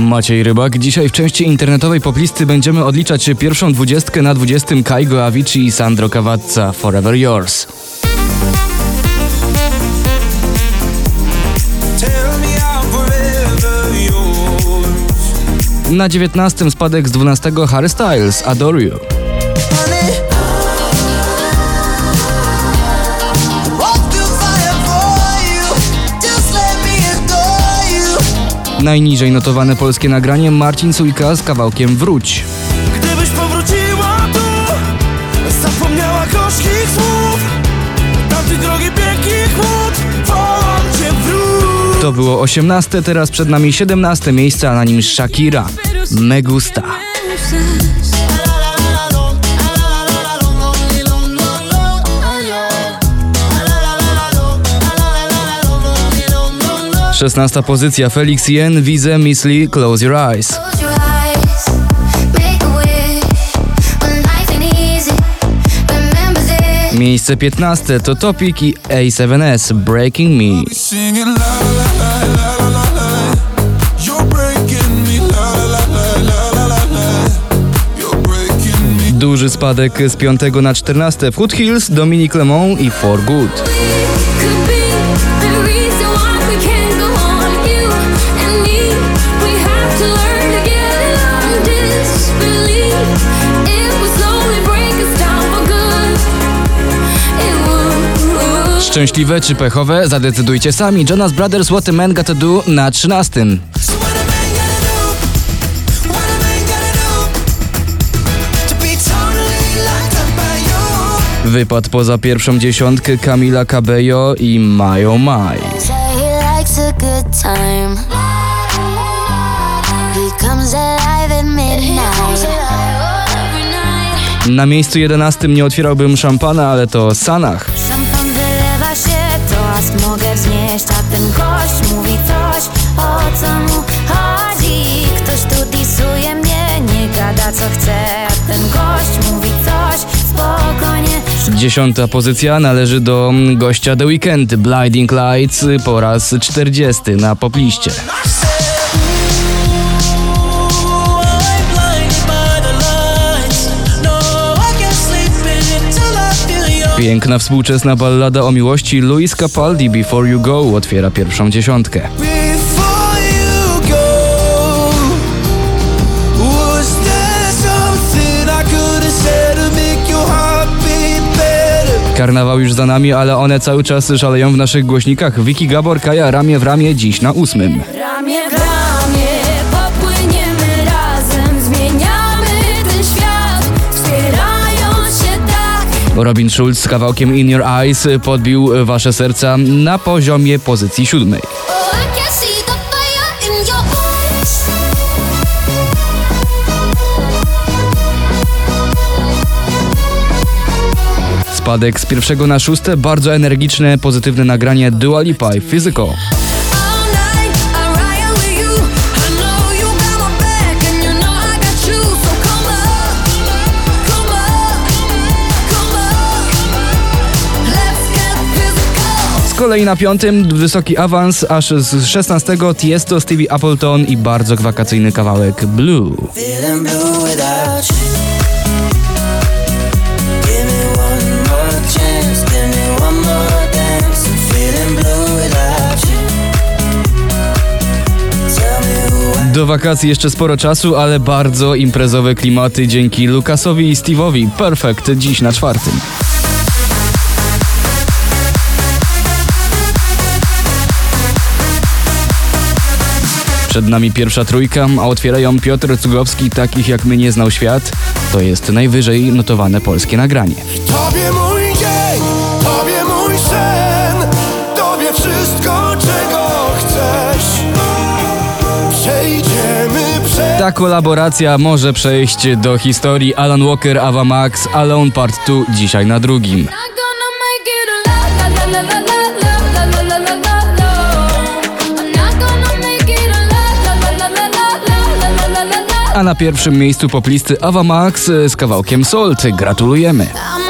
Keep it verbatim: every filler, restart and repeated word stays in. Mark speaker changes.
Speaker 1: Maciej Rybak. Dzisiaj w części internetowej poplisty będziemy odliczać pierwszą dwudziestkę. Na dwudziestym Kaigo Avicii i Sandro Cavazza, Forever Yours. Na dziewiętnastym spadek z dwunastego Harry Styles, Adore You. Najniżej notowane polskie nagranie Marcin Sujka z kawałkiem Wróć.
Speaker 2: Gdybyś powróciła tu, zapomniała gorzkich słów, tamty drogi piękny chłód, wołam cię wróć.
Speaker 1: To było osiemnaste, teraz przed nami siedemnaste miejsce, a na nim Shakira, Me Gusta. szesnasta pozycja Felix Jen, Wize, Miss Lee, Close Your Eyes. Miejsce piętnaste to Topic i A siedem S, Breaking Me. Duży spadek z piątego na czternaste Foot Hills, Dominic Lemon i For Good. Szczęśliwe czy pechowe? Zadecydujcie sami. Jonas Brothers, What a Man Gotta Do na trzynastym. Wypad poza pierwszą dziesiątkę Camila Cabello i My Oh My. Na miejscu jedenastym nie otwierałbym szampana, ale to Sanach.
Speaker 3: Mogę wznieść, a ten gość mówi coś, o co mu chodzi. Ktoś tu disuje mnie, nie gada co chce, a ten gość mówi coś, spokojnie.
Speaker 1: Dziesiąta pozycja należy do gościa The Weeknd, Blinding Lights po raz czterdziesty na popliście. Piękna współczesna ballada o miłości Luis Capaldi, Before You Go, otwiera pierwszą dziesiątkę. Karnawał już za nami, ale one cały czas szaleją w naszych głośnikach. Vicky Gabor, Kaja, Ramię w ramię, dziś na ósmym.
Speaker 3: Ramię w ramię, popłyniemy razem, zmieniamy ten świat, wspierając się tak.
Speaker 1: Robin Schulz z kawałkiem In Your Eyes podbił wasze serca na poziomie pozycji siódmej. Spadek z pierwszego na szóste, bardzo energiczne, pozytywne nagranie Dua Lipa, Physical. Z kolei na piątym wysoki awans, aż z szesnastego Tiesto, Stevie Appleton i bardzo wakacyjny kawałek Blue. Do wakacji jeszcze sporo czasu, ale bardzo imprezowe klimaty dzięki Lukasowi i Steve'owi. Perfect dziś na czwartym. Przed nami pierwsza trójka, a otwierają Piotr Cugowski, Takich jak my nie znał świat. To jest najwyżej notowane polskie nagranie.
Speaker 2: Tobie mój dzień, Tobie mój sen, Tobie wszystko, czego chcesz. Przejdziemy przez...
Speaker 1: Ta kolaboracja może przejść do historii. Alan Walker, Ava Max, Alone Part dwa, dzisiaj na drugim. A na pierwszym miejscu poplisty Ava Max z kawałkiem Salt. Gratulujemy.